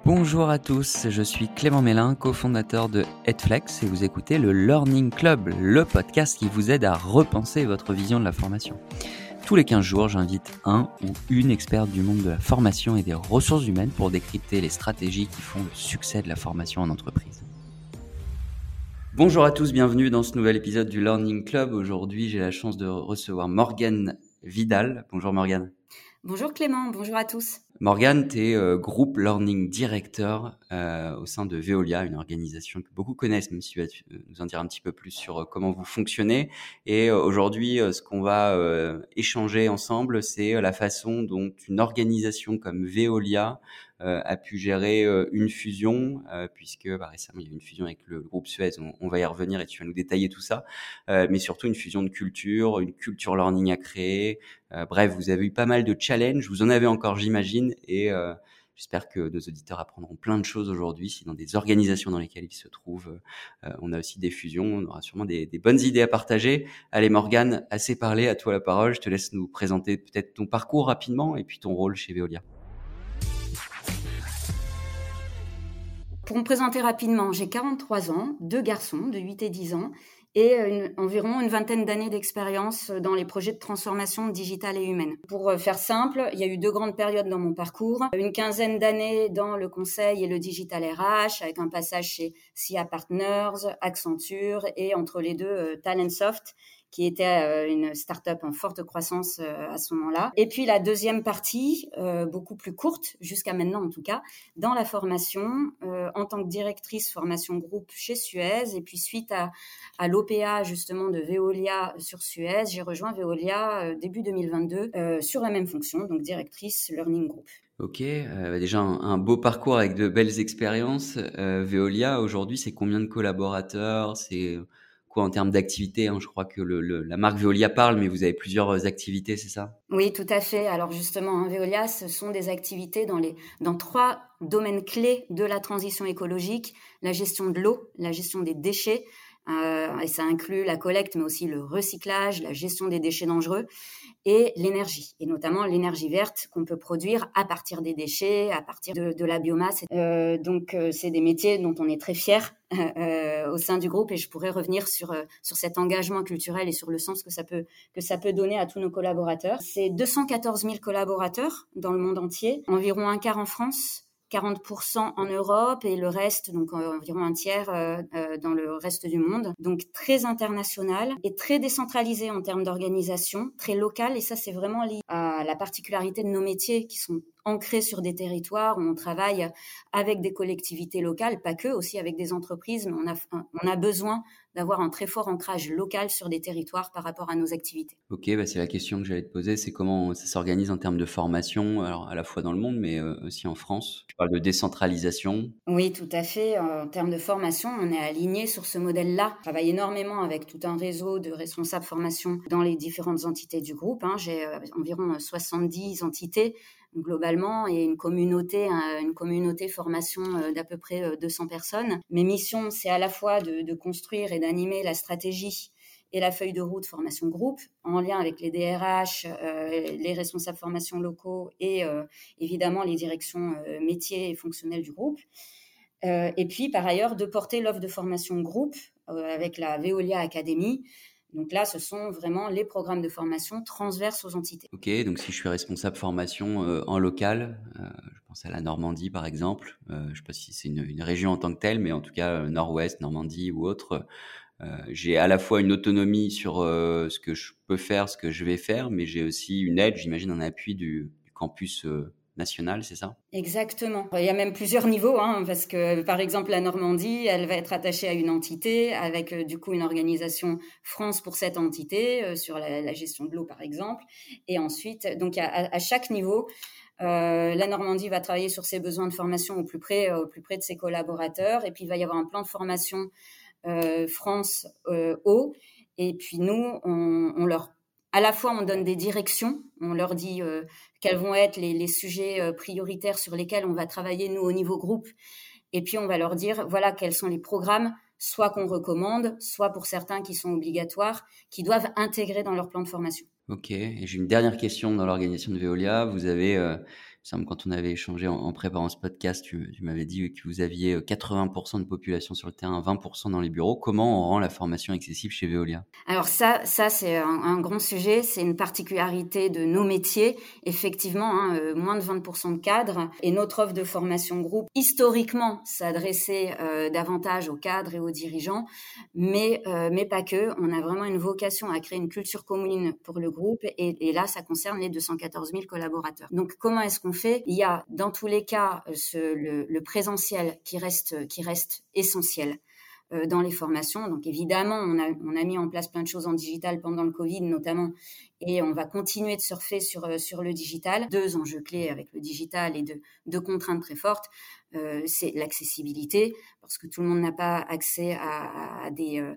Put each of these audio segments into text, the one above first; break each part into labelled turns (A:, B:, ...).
A: Bonjour à tous, je suis Clément Mélin, cofondateur de Headflex et vous écoutez le Learning Club, le podcast qui vous aide à repenser votre vision de la formation. Tous les 15 jours, j'invite un ou une experte du monde de la formation et des ressources humaines pour décrypter les stratégies qui font le succès de la formation en entreprise. Bonjour à tous, bienvenue dans ce nouvel épisode du Learning Club. Aujourd'hui, j'ai la chance de recevoir Morgane Vidal. Bonjour Morgane.
B: Bonjour Clément, bonjour à tous.
A: Morgane, tu es Group Learning Director au sein de Veolia, une organisation que beaucoup connaissent, même si tu vas nous en dire un petit peu plus sur comment vous fonctionnez. Et aujourd'hui, ce qu'on va échanger ensemble, c'est la façon dont une organisation comme Veolia a pu gérer une fusion, puisque récemment, il y a eu une fusion avec le groupe Suez. On va y revenir et tu vas nous détailler tout ça. Mais surtout, une fusion de culture, une culture learning à créer. Bref, vous avez eu pas mal de challenges. Vous en avez encore, j'imagine. Et j'espère que nos auditeurs apprendront plein de choses aujourd'hui. Si dans des organisations dans lesquelles ils se trouvent, on a aussi des fusions, on aura sûrement des bonnes idées à partager. Allez Morgane, assez parlé, à toi la parole. Je te laisse nous présenter peut-être ton parcours rapidement et puis ton rôle chez Veolia.
B: Pour me présenter rapidement, j'ai 43 ans, 2 garçons de 8 et 10 ans et environ une vingtaine d'années d'expérience dans les projets de transformation digitale et humaine. Pour faire simple, il y a eu 2 grandes périodes dans mon parcours. Une quinzaine d'années dans le conseil et le digital RH, avec un passage chez SIA Partners, Accenture et entre les deux Talentsoft, qui était une start-up en forte croissance à ce moment-là. Et puis la deuxième partie, beaucoup plus courte, jusqu'à maintenant en tout cas, dans la formation, en tant que directrice formation groupe chez Suez. Et puis suite à l'OPA justement de Veolia sur Suez, j'ai rejoint Veolia début 2022 sur la même fonction, donc directrice Learning Group.
A: Ok, déjà un beau parcours avec de belles expériences. Veolia, aujourd'hui, c'est combien de collaborateurs? C'est quoi en termes d'activité, hein? Je crois que la marque Veolia parle, mais vous avez plusieurs activités, c'est ça?
B: Oui, tout à fait. Alors justement, Veolia, ce sont des activités dans 3 domaines clés de la transition écologique: la gestion de l'eau, la gestion des déchets, et ça inclut la collecte, mais aussi le recyclage, la gestion des déchets dangereux, et l'énergie, et notamment l'énergie verte qu'on peut produire à partir des déchets, à partir de la biomasse. Donc, c'est des métiers dont on est très fiers au sein du groupe, et je pourrais revenir sur cet engagement culturel et sur le sens que ça peut donner à tous nos collaborateurs. C'est 214 000 collaborateurs dans le monde entier, environ un quart en France, 40% en Europe et le reste, donc environ un tiers dans le reste du monde. Donc très international et très décentralisé en termes d'organisation, très local, et ça c'est vraiment lié à la particularité de nos métiers qui sont ancrés sur des territoires où on travaille avec des collectivités locales, pas que, aussi avec des entreprises, mais on a besoin d'avoir un très fort ancrage local sur des territoires par rapport à nos activités.
A: Ok, c'est la question que j'allais te poser, c'est comment ça s'organise en termes de formation, alors à la fois dans le monde, mais aussi en France. Tu parles de décentralisation.
B: Oui, tout à fait. En termes de formation, on est aligné sur ce modèle-là. Je travaille énormément avec tout un réseau de responsables formation dans les différentes entités du groupe. J'ai environ 70 entités globalement et une communauté formation d'à peu près 200 personnes. Mes missions, c'est à la fois de construire et d'animer la stratégie et la feuille de route formation groupe en lien avec les DRH, les responsables formation locaux et évidemment les directions métiers et fonctionnelles du groupe. Et puis par ailleurs de porter l'offre de formation groupe avec la Veolia Academy. Donc là, ce sont vraiment les programmes de formation transverses aux entités.
A: Ok, donc si je suis responsable formation en local, je pense à la Normandie par exemple, je ne sais pas si c'est une région en tant que telle, mais en tout cas Nord-Ouest, Normandie ou autre, j'ai à la fois une autonomie sur ce que je peux faire, ce que je vais faire, mais j'ai aussi une aide, j'imagine un appui du campus national, c'est ça?
B: Exactement. Il y a même plusieurs niveaux, parce que par exemple la Normandie, elle va être attachée à une entité avec du coup une organisation France pour cette entité sur la gestion de l'eau par exemple. Et ensuite, donc à chaque niveau, la Normandie va travailler sur ses besoins de formation au plus près de ses collaborateurs. Et puis il va y avoir un plan de formation France eau. Et puis nous, à la fois, on donne des directions, on leur dit quels vont être les sujets prioritaires sur lesquels on va travailler, nous, au niveau groupe. Et puis, on va leur dire, voilà, quels sont les programmes, soit qu'on recommande, soit pour certains qui sont obligatoires, qui doivent intégrer dans leur plan de formation.
A: Ok, et j'ai une dernière question dans l'organisation de Veolia. Vous avez me semble quand on avait échangé en préparant ce podcast, tu m'avais dit que vous aviez 80% de population sur le terrain, 20% dans les bureaux. Comment on rend la formation accessible chez Veolia?
B: Alors ça c'est un grand sujet, c'est une particularité de nos métiers. Effectivement, moins de 20% de cadres et notre offre de formation groupe, historiquement, s'adressait davantage aux cadres et aux dirigeants, mais pas que. On a vraiment une vocation à créer une culture commune pour le groupe et là, ça concerne les 214 000 collaborateurs. Donc, comment est-ce qu'on fait? Il y a dans tous les cas le présentiel qui reste essentiel dans les formations. Donc évidemment, on a mis en place plein de choses en digital pendant le Covid notamment, et on va continuer de surfer sur le digital. 2 enjeux clés avec le digital et deux contraintes très fortes, c'est l'accessibilité, parce que tout le monde n'a pas accès à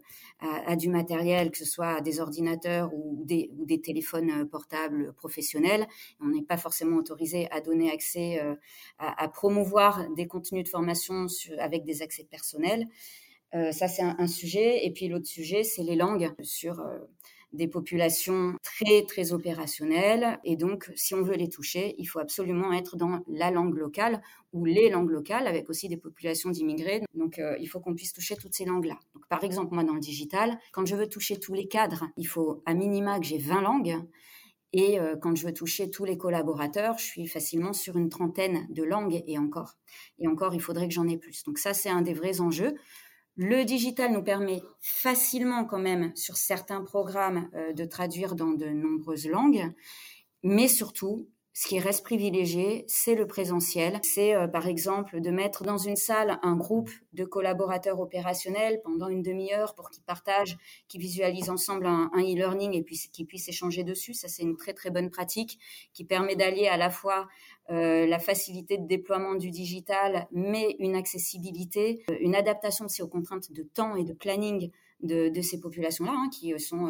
B: du matériel, que ce soit des ordinateurs ou des téléphones portables professionnels. On n'est pas forcément autorisé à donner accès, à promouvoir des contenus de formation avec des accès personnels. Ça, c'est un sujet. Et puis l'autre sujet, c'est les langues sur des populations très, très opérationnelles. Et donc, si on veut les toucher, il faut absolument être dans la langue locale ou les langues locales, avec aussi des populations d'immigrés. Donc, il faut qu'on puisse toucher toutes ces langues-là. Donc, par exemple, moi, dans le digital, quand je veux toucher tous les cadres, il faut à minima que j'ai 20 langues. Et quand je veux toucher tous les collaborateurs, je suis facilement sur une trentaine de langues et encore. Et encore, il faudrait que j'en ai plus. Donc ça, c'est un des vrais enjeux. Le digital nous permet facilement quand même sur certains programmes de traduire dans de nombreuses langues, mais surtout, ce qui reste privilégié, c'est le présentiel. C'est par exemple de mettre dans une salle un groupe de collaborateurs opérationnels pendant une demi-heure pour qu'ils partagent, qu'ils visualisent ensemble un e-learning et puis qu'ils puissent échanger dessus. Ça, c'est une très très bonne pratique qui permet d'allier à la fois la facilité de déploiement du digital, mais une accessibilité, une adaptation aussi aux contraintes de temps et de planning de ces populations-là, qui sont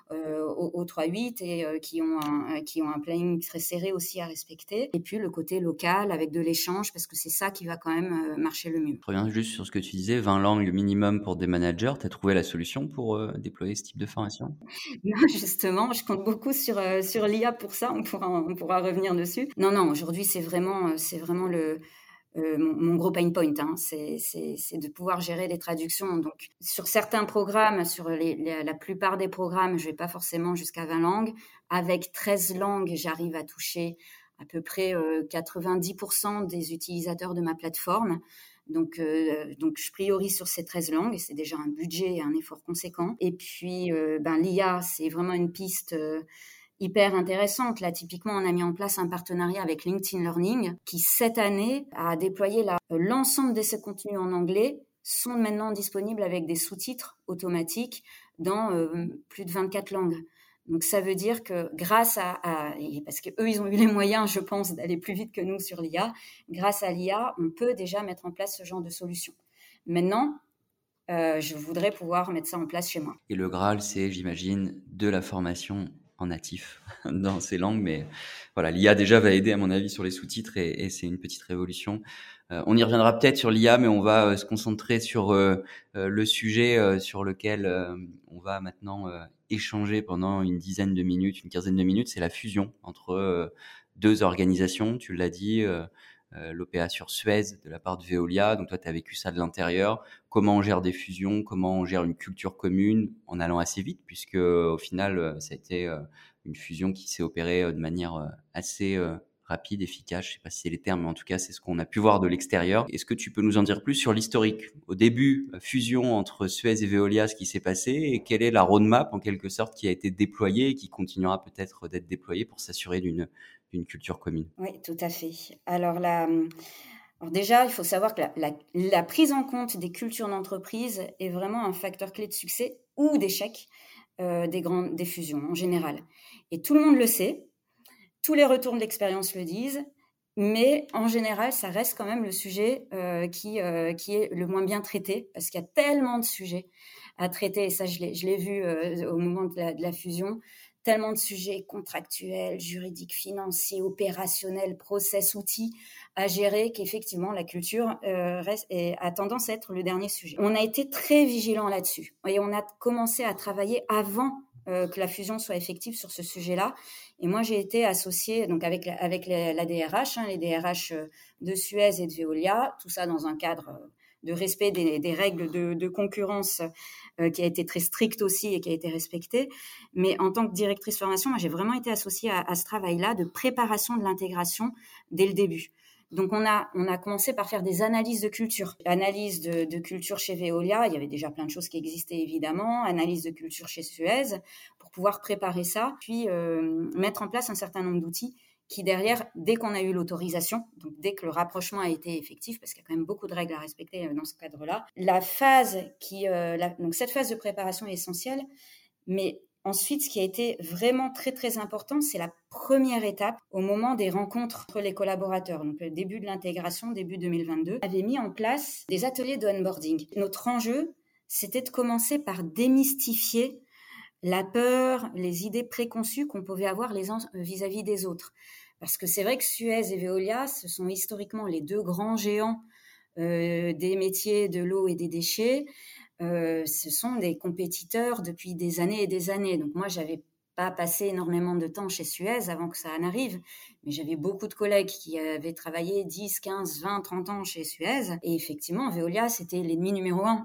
B: au 3-8 et qui ont un planning très serré aussi à respecter. Et puis le côté local avec de l'échange, parce que c'est ça qui va quand même marcher le mieux.
A: Je reviens juste sur ce que tu disais, 20 langues minimum pour des managers. Tu as trouvé la solution pour déployer ce type de formation?
B: Non, justement, je compte beaucoup sur l'IA pour ça. On pourra revenir dessus. Non, aujourd'hui, c'est vraiment mon gros pain point, c'est de pouvoir gérer les traductions. Donc, sur certains programmes, sur la plupart des programmes, je vais pas forcément jusqu'à 20 langues. Avec 13 langues, j'arrive à toucher à peu près 90% des utilisateurs de ma plateforme. Donc, je priorise sur ces 13 langues et c'est déjà un budget et un effort conséquent. Et puis, l'IA, c'est vraiment une piste hyper intéressante. Là, typiquement, on a mis en place un partenariat avec LinkedIn Learning qui, cette année, a déployé l'ensemble de ses contenus en anglais sont maintenant disponibles avec des sous-titres automatiques dans plus de 24 langues. Donc, ça veut dire que grâce parce qu'eux, ils ont eu les moyens, je pense, d'aller plus vite que nous sur l'IA, grâce à l'IA, on peut déjà mettre en place ce genre de solution. Maintenant, je voudrais pouvoir mettre ça en place chez moi.
A: Et le Graal, c'est, j'imagine, de la formation en natif dans ces langues. Mais voilà, l'IA déjà va aider, à mon avis, sur les sous-titres et c'est une petite révolution. On y reviendra peut-être sur l'IA, mais on va se concentrer sur le sujet sur lequel on va maintenant échanger pendant une quinzaine de minutes. C'est la fusion entre deux organisations, tu l'as dit, l'OPA sur Suez de la part de Veolia. Donc toi, tu as vécu ça de l'intérieur. Comment on gère des fusions, comment on gère une culture commune en allant assez vite, puisque au final, ça a été une fusion qui s'est opérée de manière assez rapide, efficace. Je sais pas si c'est les termes, mais en tout cas, c'est ce qu'on a pu voir de l'extérieur. Est-ce que tu peux nous en dire plus sur l'historique? Au début, fusion entre Suez et Veolia, ce qui s'est passé, et quelle est la roadmap en quelque sorte qui a été déployée et qui continuera peut-être d'être déployée pour s'assurer d'une culture commune?
B: Oui, tout à fait. Alors déjà, il faut savoir que la prise en compte des cultures d'entreprise est vraiment un facteur clé de succès ou d'échec des fusions en général. Et tout le monde le sait, tous les retours de l'expérience le disent, mais en général, ça reste quand même le sujet qui est le moins bien traité, parce qu'il y a tellement de sujets à traiter, et ça, je l'ai vu au moment de la fusion, tellement de sujets contractuels, juridiques, financiers, opérationnels, process, outils à gérer qu'effectivement la culture a tendance à être le dernier sujet. On a été très vigilants là-dessus et on a commencé à travailler avant que la fusion soit effective sur ce sujet-là. Et moi, j'ai été associée donc avec la DRH, les DRH de Suez et de Veolia, tout ça dans un cadre de respect des règles de concurrence qui a été très stricte aussi et qui a été respectée. Mais en tant que directrice formation, moi, j'ai vraiment été associée à ce travail-là de préparation de l'intégration dès le début. Donc, on a commencé par faire des analyses de culture. Analyse de culture chez Veolia, il y avait déjà plein de choses qui existaient évidemment. Analyse de culture chez Suez, pour pouvoir préparer ça, puis mettre en place un certain nombre d'outils qui derrière, dès qu'on a eu l'autorisation, donc dès que le rapprochement a été effectif, parce qu'il y a quand même beaucoup de règles à respecter dans ce cadre-là, donc cette phase de préparation est essentielle, mais ensuite, ce qui a été vraiment très, très important, c'est la première étape au moment des rencontres entre les collaborateurs. Donc, le début de l'intégration, début 2022, on avait mis en place des ateliers de onboarding. Notre enjeu, c'était de commencer par démystifier la peur, les idées préconçues qu'on pouvait avoir les uns vis-à-vis des autres. Parce que c'est vrai que Suez et Veolia, ce sont historiquement les deux grands géants des métiers de l'eau et des déchets. Ce sont des compétiteurs depuis des années et des années. Donc moi, j'avais pas passé énormément de temps chez Suez avant que ça en arrive, mais j'avais beaucoup de collègues qui avaient travaillé 10, 15, 20, 30 ans chez Suez. Et effectivement, Veolia, c'était l'ennemi numéro un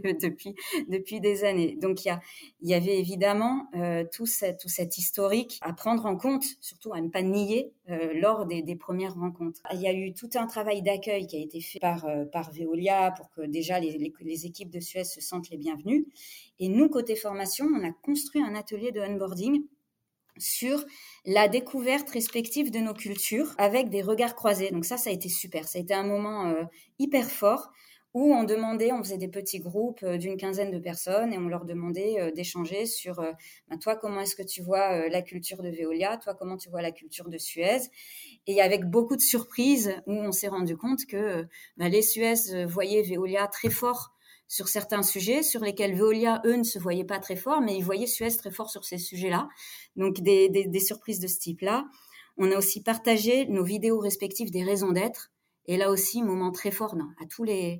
B: depuis des années. Donc il y avait évidemment tout cet historique à prendre en compte, surtout à ne pas nier lors des premières rencontres. Il y a eu tout un travail d'accueil qui a été fait par Veolia pour que déjà les équipes de Suez se sentent les bienvenues. Et nous, côté formation, on a construit un atelier de onboarding sur la découverte respective de nos cultures avec des regards croisés. Donc ça a été super. Ça a été un moment hyper fort où on faisait des petits groupes d'une quinzaine de personnes et on leur demandait d'échanger sur toi, comment est-ce que tu vois la culture de Veolia, toi, comment tu vois la culture de Suez. Et avec beaucoup de surprises où on s'est rendu compte que les Suez voyaient Veolia très fort sur certains sujets sur lesquels Veolia, eux, ne se voyaient pas très fort, mais ils voyaient Suez très fort sur ces sujets-là. Donc, des surprises de ce type-là. On a aussi partagé nos vidéos respectives des raisons d'être. Et là aussi, moment très fort à tous les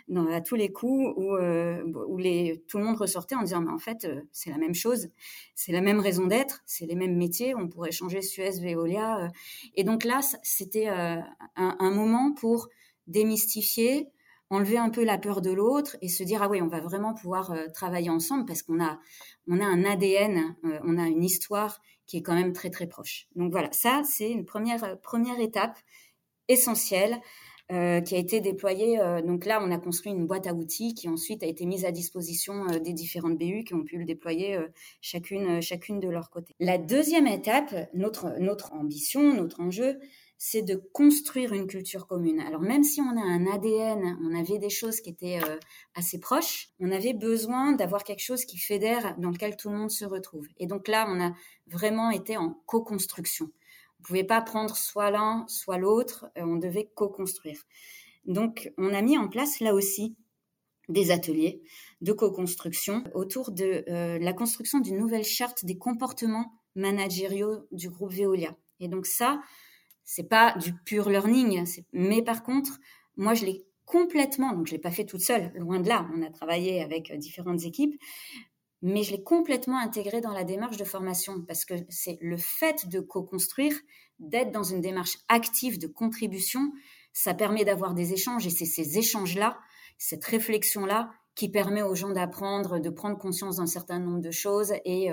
B: coups où tout le monde ressortait en disant mais en fait c'est la même chose, c'est la même raison d'être, c'est les mêmes métiers, on pourrait changer Suez, Veolia. Et donc là, c'était un moment pour démystifier, enlever un peu la peur de l'autre et se dire ah oui, on va vraiment pouvoir travailler ensemble parce qu'on a un ADN, on a une histoire qui est quand même très très proche. Donc voilà, ça c'est une première étape essentielle qui a été déployée. Donc là, on a construit une boîte à outils qui ensuite a été mise à disposition des différentes BU qui ont pu le déployer chacune de leur côté. La deuxième étape, notre ambition, notre enjeu, c'est de construire une culture commune. Alors même si on a un ADN, on avait des choses qui étaient assez proches, on avait besoin d'avoir quelque chose qui fédère, dans lequel tout le monde se retrouve. Et donc là, on a vraiment été en co-construction. On ne pouvait pas prendre soit l'un, soit l'autre, on devait co-construire. Donc, on a mis en place là aussi des ateliers de co-construction autour de la construction d'une nouvelle charte des comportements managériaux du groupe Veolia. Et donc ça, c'est pas du pur learning, mais par contre, moi je l'ai complètement, donc je l'ai pas fait toute seule, loin de là, on a travaillé avec différentes équipes, mais je l'ai complètement intégré dans la démarche de formation parce que c'est le fait de co-construire, d'être dans une démarche active de contribution, ça permet d'avoir des échanges et c'est ces échanges-là, cette réflexion-là qui permet aux gens d'apprendre, de prendre conscience d'un certain nombre de choses et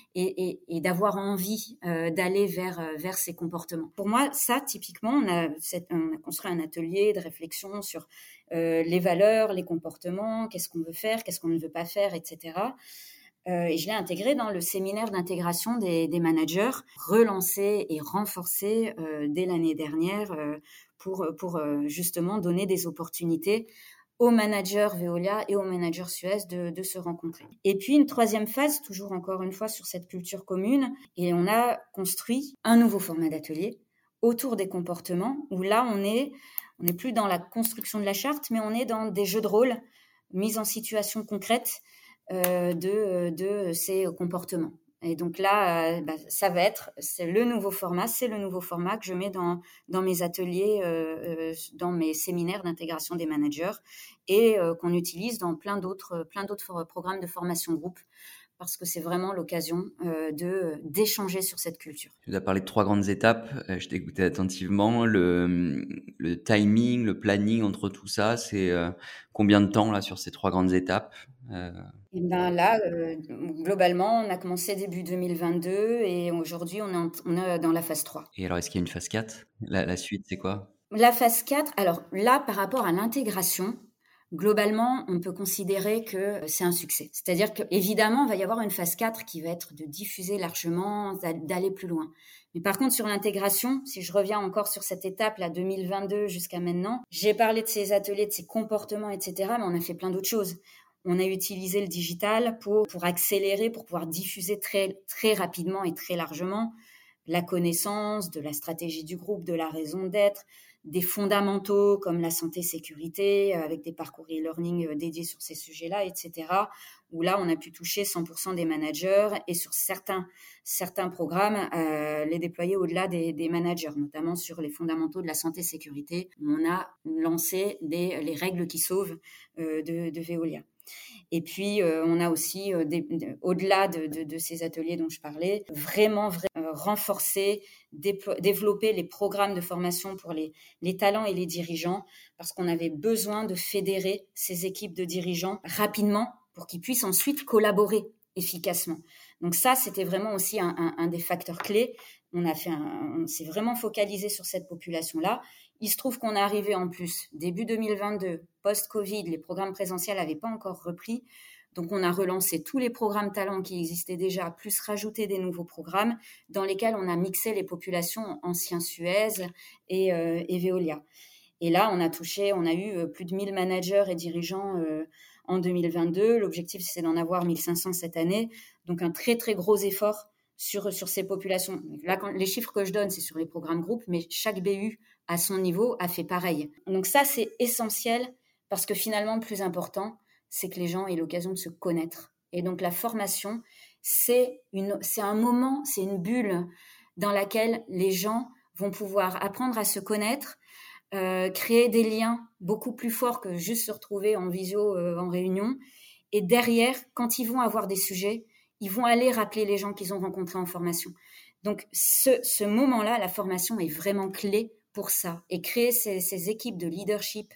B: d'avoir envie d'aller vers ces comportements. Pour moi, ça, typiquement, on a construit un atelier de réflexion sur les valeurs, les comportements, qu'est-ce qu'on veut faire, qu'est-ce qu'on ne veut pas faire, etc. Et je l'ai intégré dans le séminaire d'intégration des managers, relancé et renforcé dès l'année dernière pour justement donner des opportunités aux managers Veolia et aux managers Suez de se rencontrer. Et puis une troisième phase, toujours encore une fois sur cette culture commune, et on a construit un nouveau format d'atelier autour des comportements, où là on est plus dans la construction de la charte, mais on est dans des jeux de rôle, mise en situation concrète de ces comportements. Et donc là, c'est le nouveau format que je mets dans mes ateliers, dans mes séminaires d'intégration des managers et qu'on utilise dans plein d'autres programmes de formation groupe parce que c'est vraiment l'occasion d'échanger sur cette culture.
A: Tu nous as parlé de 3 grandes étapes, je t'ai écouté attentivement. Le timing, le planning entre tout ça, c'est, combien de temps là sur ces 3 grandes étapes? Heu
B: Et ben là, globalement, on a commencé début 2022 et aujourd'hui on est dans la phase 3.
A: et alors est-ce qu'il y a une phase 4? La suite, c'est quoi?
B: La phase 4, alors là, par rapport à l'intégration, globalement, on peut considérer que c'est un succès. C'est-à-dire qu'évidemment, il va y avoir une phase 4 qui va être de diffuser largement, d'aller plus loin. Mais par contre, sur l'intégration, si je reviens encore sur cette étape-là, 2022 jusqu'à maintenant, j'ai parlé de ces ateliers, de ces comportements, etc., mais on a fait plein d'autres choses. On a utilisé le digital pour accélérer, pour pouvoir diffuser très, très rapidement et très largement la connaissance de la stratégie du groupe, de la raison d'être, des fondamentaux comme la santé-sécurité, avec des parcours e-learning dédiés sur ces sujets-là, etc., où là, on a pu toucher 100% des managers et sur certains programmes, les déployer au-delà des managers, notamment sur les fondamentaux de la santé-sécurité. On a lancé les règles qui sauvent de Veolia. Et puis, on a aussi, au-delà de ces ateliers dont je parlais, vraiment renforcer, développer les programmes de formation pour les talents et les dirigeants, parce qu'on avait besoin de fédérer ces équipes de dirigeants rapidement pour qu'ils puissent ensuite collaborer efficacement. Donc ça, c'était vraiment aussi un des facteurs clés. On s'est vraiment focalisé sur cette population-là. Il se trouve qu'on est arrivé en plus début 2022, post-Covid, les programmes présentiels n'avaient pas encore repris. Donc, on a relancé tous les programmes talents qui existaient déjà, plus rajouté des nouveaux programmes dans lesquels on a mixé les populations anciens Suez et Veolia. Et là, on a eu plus de 1000 managers et dirigeants en 2022. L'objectif, c'est d'en avoir 1500 cette année. Donc, un très, très gros effort sur ces populations. Là, les chiffres que je donne, c'est sur les programmes groupes, mais chaque BU, à son niveau, a fait pareil. Donc ça, c'est essentiel parce que finalement, le plus important, c'est que les gens aient l'occasion de se connaître. Et donc, la formation, c'est un moment, c'est une bulle dans laquelle les gens vont pouvoir apprendre à se connaître, créer des liens beaucoup plus forts que juste se retrouver en visio, en réunion. Et derrière, quand ils vont avoir des sujets, ils vont aller rappeler les gens qu'ils ont rencontrés en formation. Donc, ce moment-là, la formation est vraiment clé pour ça. Et créer ces équipes de leadership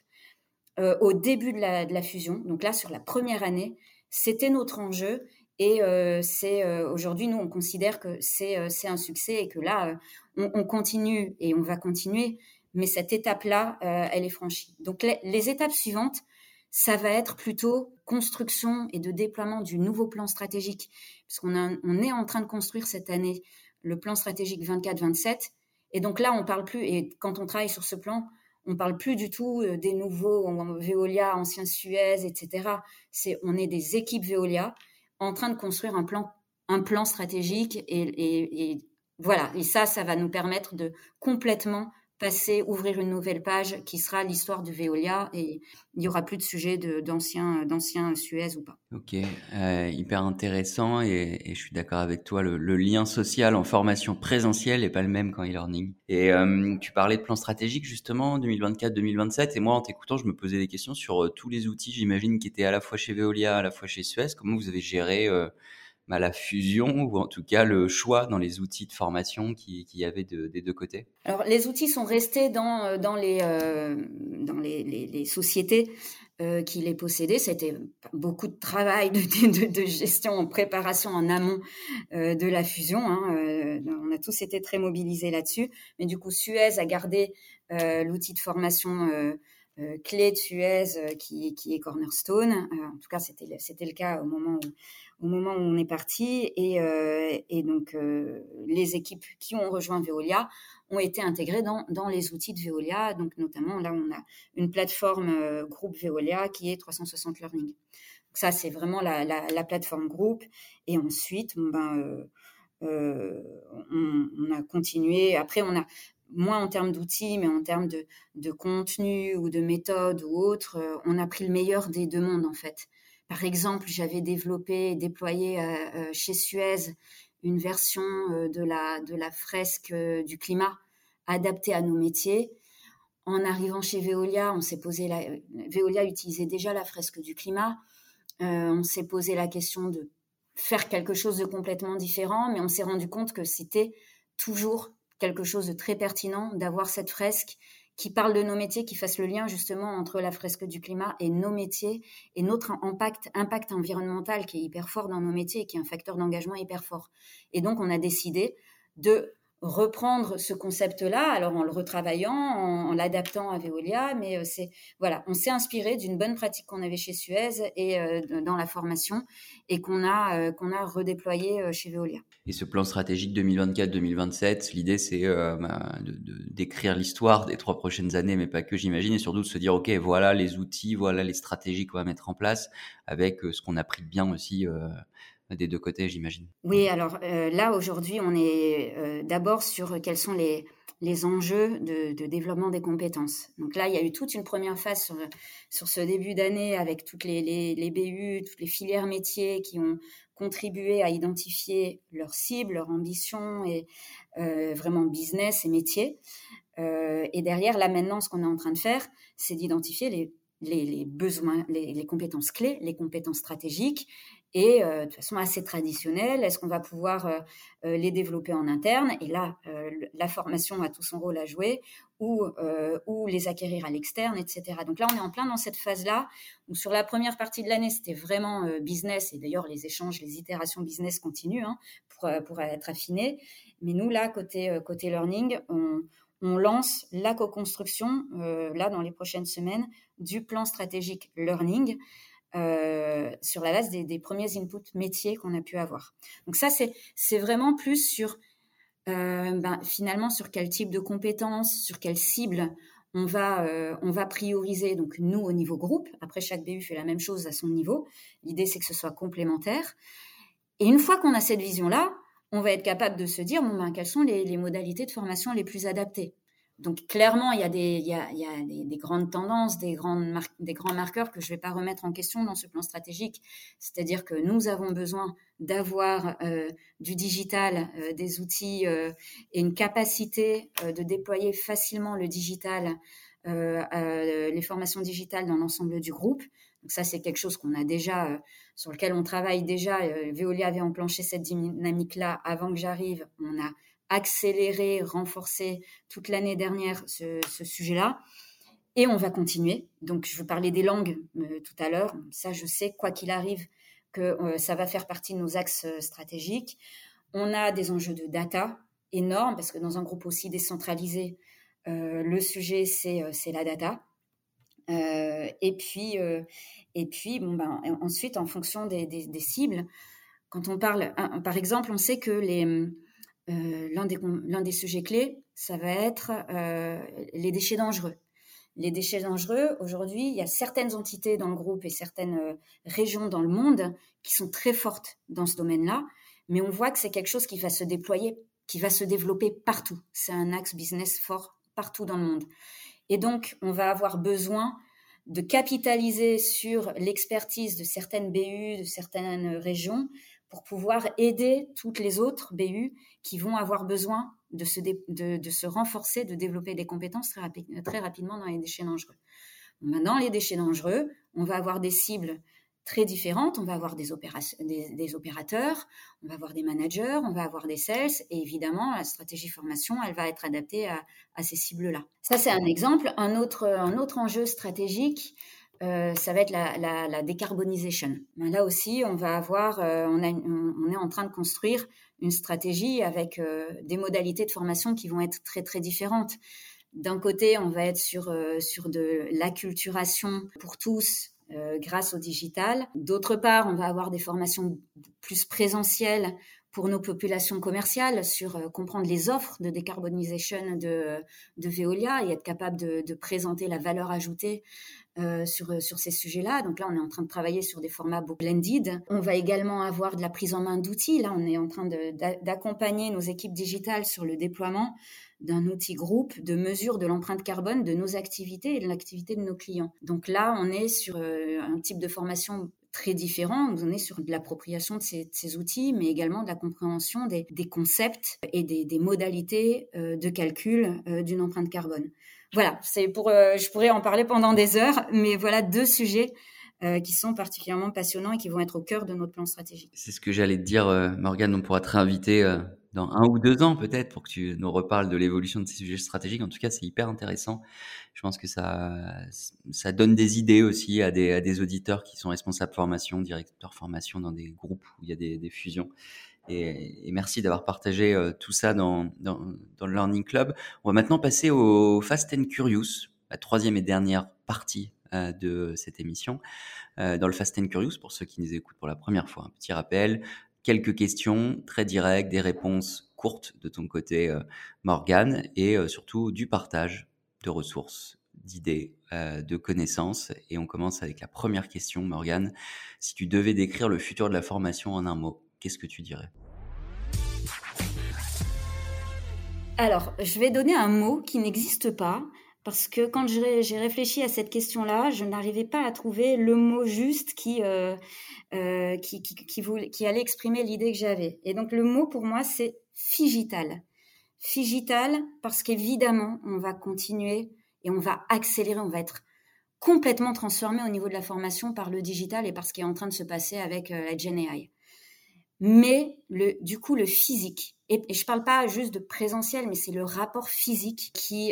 B: au début de la fusion, donc là, sur la première année, c'était notre enjeu. Et aujourd'hui, nous, on considère que c'est un succès et que là, on continue et on va continuer. Mais cette étape-là, elle est franchie. Donc, les étapes suivantes, ça va être plutôt construction et de déploiement du nouveau plan stratégique. Parce on est en train de construire cette année le plan stratégique 24-27. Et donc là, on parle plus, et quand on travaille sur ce plan, on parle plus du tout des nouveaux Veolia, anciens Suez, etc. On est des équipes Veolia en train de construire un plan stratégique et voilà. Et ça va nous permettre de complètement ouvrir une nouvelle page qui sera l'histoire du Veolia et il n'y aura plus de sujet d'anciens Suez ou pas.
A: OK, hyper intéressant et je suis d'accord avec toi, le lien social en formation présentielle est pas le même qu'en e-learning et tu parlais de plan stratégique justement 2024-2027 et moi en t'écoutant, je me posais des questions sur, tous les outils, j'imagine, qui étaient à la fois chez Veolia, à la fois chez Suez. Comment vous avez géré, la fusion ou en tout cas le choix dans les outils de formation qu'il y avait des 2 côtés?
B: Alors les outils sont restés dans les sociétés qui les possédaient. C'était beaucoup de travail de gestion en préparation en amont de la fusion. On a tous été très mobilisés là-dessus. Mais du coup, Suez a gardé l'outil de formation clé de Suez qui est Cornerstone. En tout cas, c'était le cas au moment où on est parti. Et donc, les équipes qui ont rejoint Veolia ont été intégrées dans les outils de Veolia. Donc, notamment, là, on a une plateforme groupe Veolia qui est 360 Learning. Donc, ça, c'est vraiment la plateforme groupe. Et ensuite, on a continué. Après, on a moins en termes d'outils, mais en termes de contenu ou de méthode ou autre, on a pris le meilleur des deux mondes, en fait. Par exemple, j'avais développé et déployé chez Suez une version de la fresque du climat adaptée à nos métiers. En arrivant chez Veolia, Veolia utilisait déjà la fresque du climat. On s'est posé la question de faire quelque chose de complètement différent, mais on s'est rendu compte que c'était toujours quelque chose de très pertinent d'avoir cette fresque qui parle de nos métiers, qui fasse le lien justement entre la fresque du climat et nos métiers et notre impact environnemental qui est hyper fort dans nos métiers et qui est un facteur d'engagement hyper fort. Et donc, on a décidé de reprendre ce concept-là, alors en le retravaillant, en l'adaptant à Veolia, mais on s'est inspiré d'une bonne pratique qu'on avait chez Suez et dans la formation et qu'on a redéployé chez Veolia.
A: Et ce plan stratégique 2024-2027, l'idée c'est d'écrire l'histoire des 3 prochaines années, mais pas que, j'imagine, et surtout de se dire ok, voilà les outils, voilà les stratégies qu'on va mettre en place avec ce qu'on a pris de bien aussi des 2 côtés, j'imagine.
B: Oui, alors là aujourd'hui on est d'abord sur quels sont les enjeux de développement des compétences. Donc là, il y a eu toute une première phase sur ce début d'année avec toutes les BU, toutes les filières métiers qui ont contribué à identifier leurs cibles, leurs ambitions et vraiment business et métiers. Et derrière, là maintenant, ce qu'on est en train de faire, c'est d'identifier les besoins, les compétences clés, les compétences stratégiques et de façon assez traditionnelle, est-ce qu'on va pouvoir les développer en interne? Et là, la formation a tout son rôle à jouer ou les acquérir à l'externe, etc. Donc là, on est en plein dans cette phase-là où sur la première partie de l'année, c'était vraiment business et d'ailleurs les échanges, les itérations business continuent pour être affinés. Mais nous, là, côté learning, on lance la co-construction, là, dans les prochaines semaines, du plan stratégique learning sur la base des premiers inputs métiers qu'on a pu avoir. Donc ça, c'est vraiment plus sur, finalement, sur quel type de compétences, sur quelle cible on va prioriser. Donc nous, au niveau groupe, après chaque BU fait la même chose à son niveau. L'idée, c'est que ce soit complémentaire. Et une fois qu'on a cette vision-là, on va être capable de se dire quelles sont les modalités de formation les plus adaptées. Donc clairement, il y a des grandes tendances, des grands marqueurs que je ne vais pas remettre en question dans ce plan stratégique. C'est-à-dire que nous avons besoin d'avoir du digital, des outils et une capacité de déployer facilement le digital, les formations digitales dans l'ensemble du groupe. Donc ça, c'est quelque chose qu'on a déjà, sur lequel on travaille déjà. Veolia avait enclenché cette dynamique-là avant que j'arrive. On a accéléré, renforcé toute l'année dernière ce sujet-là. Et on va continuer. Donc, je vous parlais des langues tout à l'heure. Ça, je sais, quoi qu'il arrive, que ça va faire partie de nos axes stratégiques. On a des enjeux de data énormes, parce que dans un groupe aussi décentralisé, le sujet, c'est la data. Et puis ensuite, en fonction des cibles, quand on parle, par exemple, on sait que l'un des sujets clés, ça va être les déchets dangereux. Les déchets dangereux, aujourd'hui, il y a certaines entités dans le groupe et certaines régions dans le monde qui sont très fortes dans ce domaine-là, mais on voit que c'est quelque chose qui va se déployer, qui va se développer partout. C'est un axe business fort partout dans le monde. Et donc, on va avoir besoin de capitaliser sur l'expertise de certaines BU, de certaines régions, pour pouvoir aider toutes les autres BU qui vont avoir besoin de se renforcer, de développer des compétences très rapidement dans les déchets dangereux. Dans les déchets dangereux, on va avoir des cibles très différentes. On va avoir des opérateurs, on va avoir des managers, on va avoir des sales. Et évidemment, la stratégie formation, elle va être adaptée à ces cibles-là. Ça, c'est un exemple. Un autre enjeu stratégique, ça va être la décarbonisation. Là aussi, on va avoir, on est en train de construire une stratégie avec des modalités de formation qui vont être très, très différentes. D'un côté, on va être sur de l'acculturation pour tous, grâce au digital. D'autre part, on va avoir des formations plus présentielles pour nos populations commerciales sur comprendre les offres de décarbonisation de Veolia et être capable de présenter la valeur ajoutée sur ces sujets-là. Donc là, on est en train de travailler sur des formats blended. On va également avoir de la prise en main d'outils. Là, on est en train d'accompagner nos équipes digitales sur le déploiement d'un outil groupe de mesure de l'empreinte carbone de nos activités et de l'activité de nos clients. Donc là, on est sur un type de formation très différent. On est sur de l'appropriation de ces outils, mais également de la compréhension des concepts et des modalités de calcul d'une empreinte carbone. Voilà, je pourrais en parler pendant des heures, mais voilà 2 sujets qui sont particulièrement passionnants et qui vont être au cœur de notre plan stratégique.
A: C'est ce que j'allais te dire, Morgane, on pourra te réinviter dans 1 ou 2 ans peut-être pour que tu nous reparles de l'évolution de ces sujets stratégiques. En tout cas, c'est hyper intéressant. Je pense que ça donne des idées aussi à des auditeurs qui sont responsables formation, directeurs formation dans des groupes où il y a des fusions. Et merci d'avoir partagé tout ça dans le Learning Club. On va maintenant passer au Fast and Curious, la 3e et dernière partie de cette émission. Dans le Fast and Curious, pour ceux qui nous écoutent pour la première fois, un petit rappel, quelques questions très directes, des réponses courtes de ton côté, Morgane, et surtout du partage de ressources, d'idées, de connaissances. Et on commence avec la première question, Morgane. Si tu devais décrire le futur de la formation en un mot, qu'est-ce que tu dirais ?
B: Alors, je vais donner un mot qui n'existe pas, parce que quand j'ai réfléchi à cette question-là, je n'arrivais pas à trouver le mot juste qui allait exprimer l'idée que j'avais. Et donc, le mot pour moi, c'est figital. Figital parce qu'évidemment, on va continuer et on va accélérer, on va être complètement transformé au niveau de la formation par le digital et par ce qui est en train de se passer avec la Gen AI. Mais du coup, le physique, et je parle pas juste de présentiel, mais c'est le rapport physique qui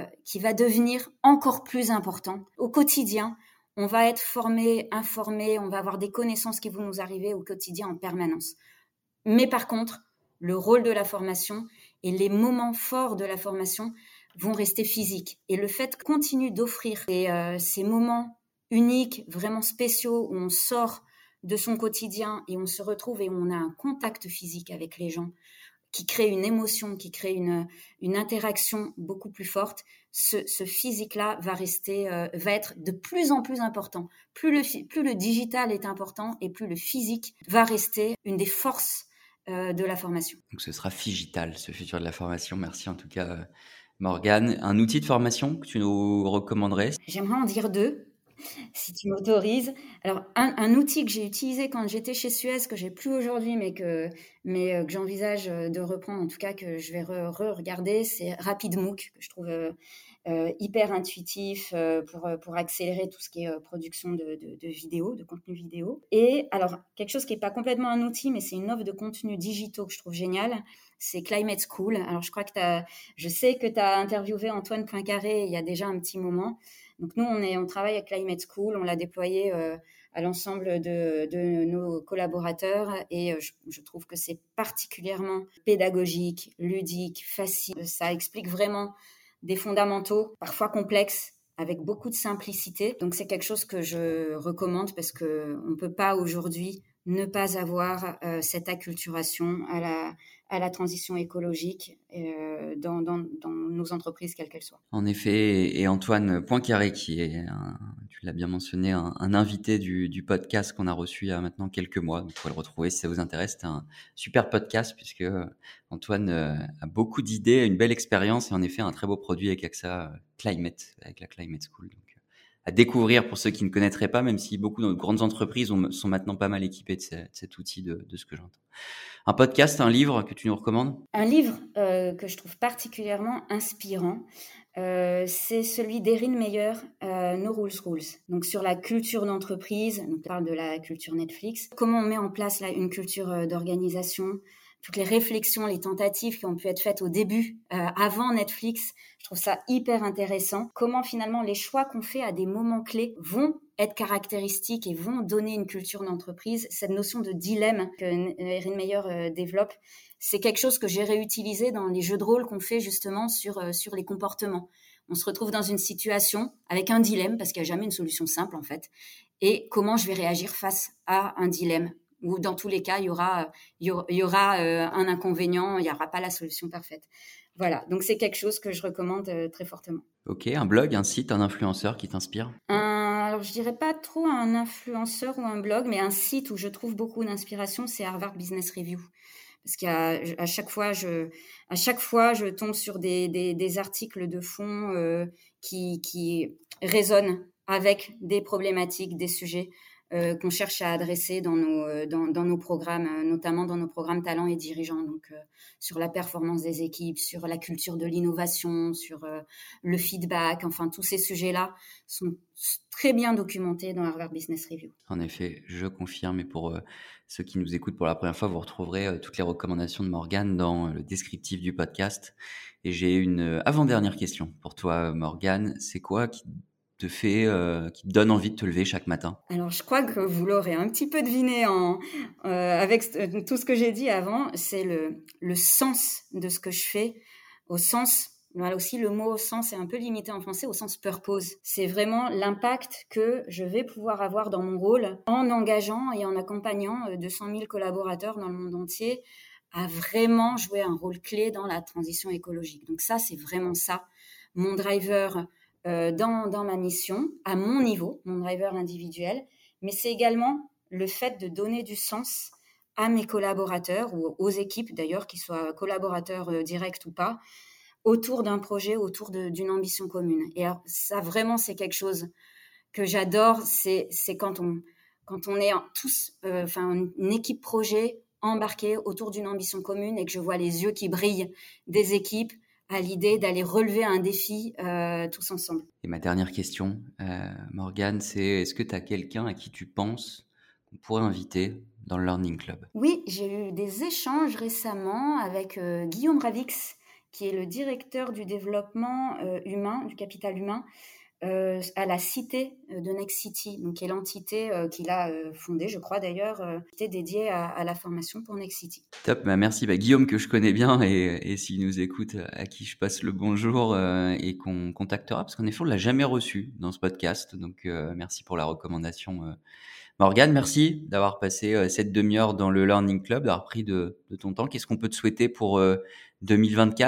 B: va devenir encore plus important. Au quotidien, on va être formé, informé, on va avoir des connaissances qui vont nous arriver au quotidien en permanence. Mais par contre, le rôle de la formation et les moments forts de la formation vont rester physiques. Et le fait qu'on continue d'offrir ces moments uniques, vraiment spéciaux, où on sort de son quotidien et on se retrouve et on a un contact physique avec les gens qui crée une émotion, qui crée une interaction beaucoup plus forte, ce physique-là va être de plus en plus important. Plus le digital est important et plus le physique va rester une des forces de la formation.
A: Donc ce sera figital, ce futur de la formation. Merci en tout cas, Morgane. Un outil de formation que tu nous recommanderais ?
B: J'aimerais en dire 2. Si tu m'autorises. Alors, un outil que j'ai utilisé quand j'étais chez Suez, que j'ai plus aujourd'hui, mais que j'envisage de reprendre, en tout cas que je vais regarder, c'est RapidMOOC, que je trouve hyper intuitif pour accélérer tout ce qui est production de vidéos, de contenu vidéo. Et alors, quelque chose qui n'est pas complètement un outil, mais c'est une offre de contenu digitaux que je trouve géniale, c'est Climate School. Alors, je sais que tu as interviewé Antoine Poincaré il y a déjà un petit moment. Donc nous, on travaille avec Climate School, on l'a déployé à l'ensemble de nos collaborateurs et je trouve que c'est particulièrement pédagogique, ludique, facile. Ça explique vraiment des fondamentaux, parfois complexes, avec beaucoup de simplicité. Donc c'est quelque chose que je recommande parce qu'on ne peut pas aujourd'hui ne pas avoir cette acculturation à la transition écologique dans nos entreprises, quelles qu'elles soient.
A: En effet, et Antoine Poincaré, qui est, tu l'as bien mentionné, un invité du podcast qu'on a reçu il y a maintenant quelques mois. Vous pouvez le retrouver si ça vous intéresse. C'est un super podcast puisque Antoine a beaucoup d'idées, une belle expérience et en effet un très beau produit avec AXA Climate, avec la Climate School. Donc, à découvrir pour ceux qui ne connaîtraient pas, même si beaucoup de grandes entreprises sont maintenant pas mal équipées de cet outil de ce que j'entends. Un podcast, un livre que tu nous recommandes ?
B: Un livre que je trouve particulièrement inspirant, c'est celui d'Erin Meyer, No Rules Rules. Donc sur la culture d'entreprise, on parle de la culture Netflix. Comment on met en place une culture d'organisation, toutes les réflexions, les tentatives qui ont pu être faites au début, avant Netflix. Je trouve ça hyper intéressant. Comment finalement les choix qu'on fait à des moments clés vont être caractéristiques et vont donner une culture d'entreprise. Cette notion de dilemme que Erin Meyer développe, c'est quelque chose que j'ai réutilisé dans les jeux de rôle qu'on fait justement sur les comportements. On se retrouve dans une situation avec un dilemme, parce qu'il n'y a jamais une solution simple en fait. Et comment je vais réagir face à un dilemme ? Ou dans tous les cas, il y aura un inconvénient, il n'y aura pas la solution parfaite. Voilà, donc c'est quelque chose que je recommande très fortement.
A: Ok, un blog, un site, un influenceur qui t'inspire ?
B: Alors, je dirais pas trop un influenceur ou un blog, mais un site où je trouve beaucoup d'inspiration, c'est Harvard Business Review. Parce qu'à chaque fois, je tombe sur des articles de fond qui résonnent avec des problématiques, des sujets qu'on cherche à adresser dans nos programmes, notamment dans nos programmes talents et dirigeants. Donc, sur la performance des équipes, sur la culture de l'innovation, sur le feedback, enfin, tous ces sujets-là sont très bien documentés dans Harvard Business Review.
A: En effet, je confirme. Et pour ceux qui nous écoutent pour la première fois, vous retrouverez toutes les recommandations de Morgane dans le descriptif du podcast. Et j'ai une avant-dernière question pour toi, Morgane. C'est quoi qui te donne envie de te lever chaque matin?
B: Alors, je crois que vous l'aurez un petit peu deviné avec tout ce que j'ai dit avant. C'est le sens de ce que je fais, au sens... Voilà, aussi, le mot sens est un peu limité en français, au sens purpose. C'est vraiment l'impact que je vais pouvoir avoir dans mon rôle en engageant et en accompagnant 200 000 collaborateurs dans le monde entier à vraiment jouer un rôle clé dans la transition écologique. Donc ça, c'est vraiment ça, mon driver dans ma mission, à mon niveau, mon driver individuel. Mais c'est également le fait de donner du sens à mes collaborateurs ou aux équipes d'ailleurs, qu'ils soient collaborateurs directs ou pas, autour d'un projet, autour d'une ambition commune. Et alors, ça, vraiment, c'est quelque chose que j'adore. C'est quand on est tous, une équipe projet embarquée autour d'une ambition commune et que je vois les yeux qui brillent des équipes à l'idée d'aller relever un défi tous ensemble.
A: Et ma dernière question, Morgane, c'est est-ce que tu as quelqu'un à qui tu penses qu'on pourrait inviter dans le Learning Club?
B: Oui, j'ai eu des échanges récemment avec Guillaume Ravix, qui est le directeur du développement humain, du capital humain, à la Cité de Next City, donc qui est l'entité qu'il a fondée, je crois d'ailleurs, qui était dédiée à la formation pour Next City.
A: Top, merci. Guillaume, que je connais bien et s'il nous écoute, à qui je passe le bonjour et qu'on contactera, parce qu'en effet, on ne l'a jamais reçu dans ce podcast. Donc, merci pour la recommandation. Morgane, merci d'avoir passé cette demi-heure dans le Learning Club, d'avoir pris de ton temps. Qu'est-ce qu'on peut te souhaiter pour 2024 ?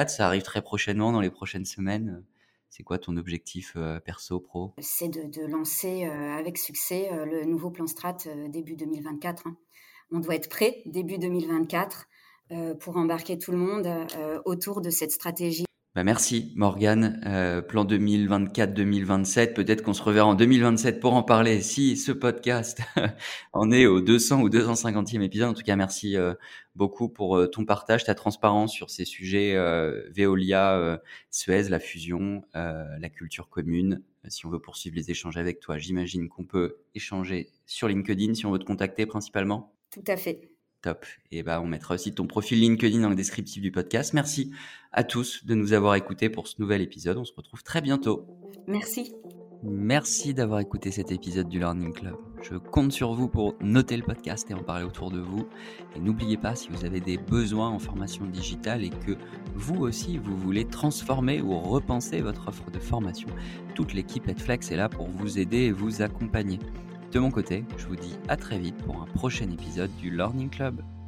A: Ça arrive très prochainement, dans les prochaines semaines. C'est quoi ton objectif perso, pro ?
B: C'est de lancer avec succès le nouveau plan Strat début 2024. On doit être prêt début 2024 pour embarquer tout le monde autour de cette stratégie.
A: Merci Morgane, plan 2024-2027, peut-être qu'on se reverra en 2027 pour en parler si ce podcast en est au 200 ou 250e épisode. En tout cas, merci beaucoup pour ton partage, ta transparence sur ces sujets Veolia, Suez, la fusion, la culture commune. Si on veut poursuivre les échanges avec toi, j'imagine qu'on peut échanger sur LinkedIn si on veut te contacter principalement.
B: Tout à fait.
A: Top. Et on mettra aussi ton profil LinkedIn dans le descriptif du podcast. Merci à tous de nous avoir écoutés pour ce nouvel épisode. On se retrouve très bientôt.
B: Merci.
A: Merci d'avoir écouté cet épisode du Learning Club. Je compte sur vous pour noter le podcast et en parler autour de vous. Et n'oubliez pas, si vous avez des besoins en formation digitale et que vous aussi, vous voulez transformer ou repenser votre offre de formation, toute l'équipe Edflex est là pour vous aider et vous accompagner. De mon côté, je vous dis à très vite pour un prochain épisode du Learning Club.